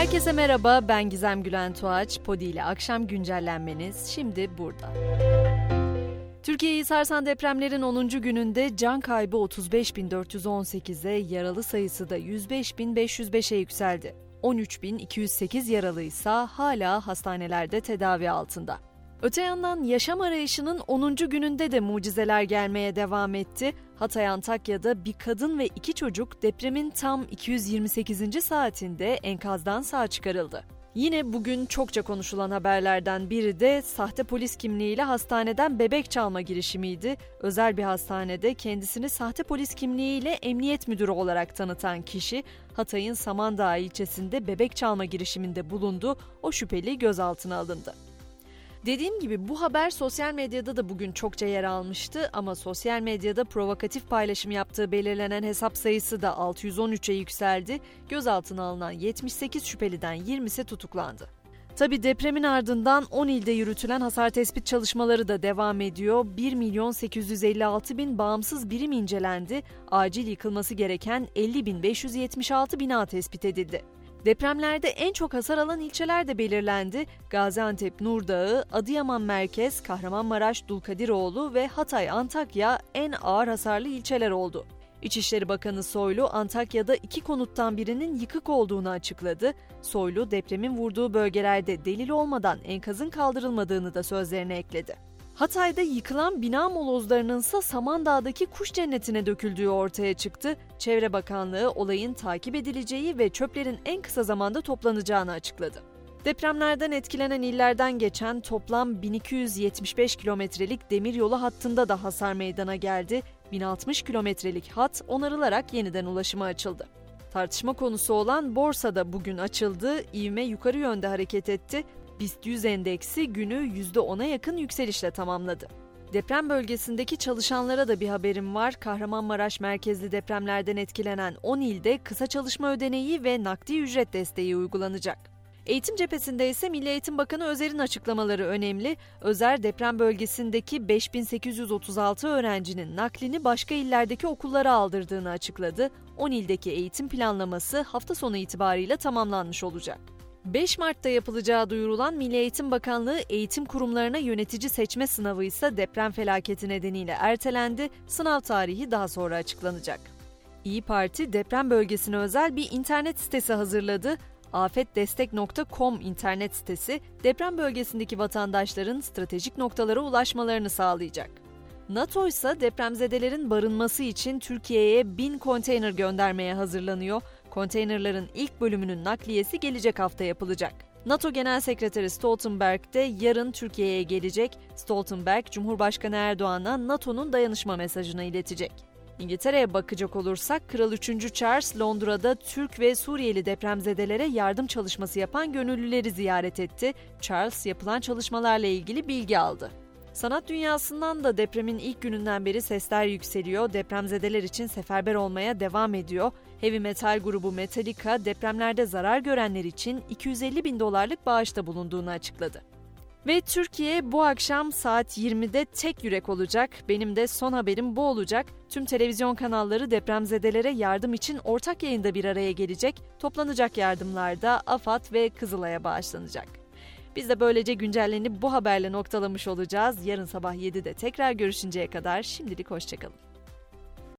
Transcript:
Herkese merhaba, ben Gizem Gülen Tuğaç. Podi ile akşam güncellenmeniz şimdi burada. Türkiye'yi sarsan depremlerin 10. gününde can kaybı 35.418'e, yaralı sayısı da 105.505'e yükseldi. 13.208 yaralı ise hala hastanelerde tedavi altında. Öte yandan yaşam arayışının 10. gününde de mucizeler gelmeye devam etti. Hatay Antakya'da bir kadın ve 2 çocuk depremin tam 228. saatinde enkazdan sağ çıkarıldı. Yine bugün çokça konuşulan haberlerden biri de sahte polis kimliğiyle hastaneden bebek çalma girişimiydi. Özel bir hastanede kendisini sahte polis kimliğiyle emniyet müdürü olarak tanıtan kişi Hatay'ın Samandağ ilçesinde bebek çalma girişiminde bulundu. O şüpheli gözaltına alındı. Dediğim gibi bu haber sosyal medyada da bugün çokça yer almıştı ama sosyal medyada provokatif paylaşım yaptığı belirlenen hesap sayısı da 613'e yükseldi. Gözaltına alınan 78 şüpheliden 20'si tutuklandı. Tabii depremin ardından 10 ilde yürütülen hasar tespit çalışmaları da devam ediyor. 1.856.000 bağımsız birim incelendi. Acil yıkılması gereken 50.576 bina tespit edildi. Depremlerde en çok hasar alan ilçeler de belirlendi. Gaziantep Nurdağı, Adıyaman Merkez, Kahramanmaraş Dulkadiroğlu ve Hatay Antakya en ağır hasarlı ilçeler oldu. İçişleri Bakanı Soylu, Antakya'da 2 konuttan birinin yıkık olduğunu açıkladı. Soylu, depremin vurduğu bölgelerde delil olmadan enkazın kaldırılmadığını da sözlerine ekledi. Hatay'da yıkılan bina molozlarının ise Samandağ'daki kuş cennetine döküldüğü ortaya çıktı. Çevre Bakanlığı olayın takip edileceği ve çöplerin en kısa zamanda toplanacağını açıkladı. Depremlerden etkilenen illerden geçen toplam 1275 kilometrelik demiryolu hattında da hasar meydana geldi. 1060 kilometrelik hat onarılarak yeniden ulaşıma açıldı. Tartışma konusu olan borsada bugün açıldı, ivme yukarı yönde hareket etti. BIST 100 endeksi günü %10'a yakın yükselişle tamamladı. Deprem bölgesindeki çalışanlara da bir haberim var. Kahramanmaraş merkezli depremlerden etkilenen 10 ilde kısa çalışma ödeneği ve nakdi ücret desteği uygulanacak. Eğitim cephesinde ise Milli Eğitim Bakanı Özer'in açıklamaları önemli. Özer deprem bölgesindeki 5836 öğrencinin naklini başka illerdeki okullara aldırdığını açıkladı. 10 ildeki eğitim planlaması hafta sonu itibarıyla tamamlanmış olacak. 5 Mart'ta yapılacağı duyurulan Milli Eğitim Bakanlığı eğitim kurumlarına yönetici seçme sınavı ise deprem felaketi nedeniyle ertelendi. Sınav tarihi daha sonra açıklanacak. İYİ Parti deprem bölgesine özel bir internet sitesi hazırladı. afetdestek.com internet sitesi deprem bölgesindeki vatandaşların stratejik noktalara ulaşmalarını sağlayacak. NATO ise depremzedelerin barınması için Türkiye'ye 1000 konteyner göndermeye hazırlanıyor. Konteynerların ilk bölümünün nakliyesi gelecek hafta yapılacak. NATO Genel Sekreteri Stoltenberg de yarın Türkiye'ye gelecek. Stoltenberg, Cumhurbaşkanı Erdoğan'a NATO'nun dayanışma mesajını iletecek. İngiltere'ye bakacak olursak, Kral 3. Charles Londra'da Türk ve Suriyeli depremzedelere yardım çalışması yapan gönüllüleri ziyaret etti. Charles yapılan çalışmalarla ilgili bilgi aldı. Sanat dünyasından da depremin ilk gününden beri sesler yükseliyor. Depremzedeler için seferber olmaya devam ediyor. Heavy metal grubu Metallica depremlerde zarar görenler için $250.000 bağışta bulunduğunu açıkladı. Ve Türkiye bu akşam saat 20'de tek yürek olacak. Benim de son haberim bu olacak. Tüm televizyon kanalları depremzedelere yardım için ortak yayında bir araya gelecek. Toplanacak yardımlar da AFAD ve Kızılay'a bağışlanacak. Biz de böylece güncellenip bu haberle noktalamış olacağız. Yarın sabah 7'de tekrar görüşünceye kadar şimdilik hoşçakalın.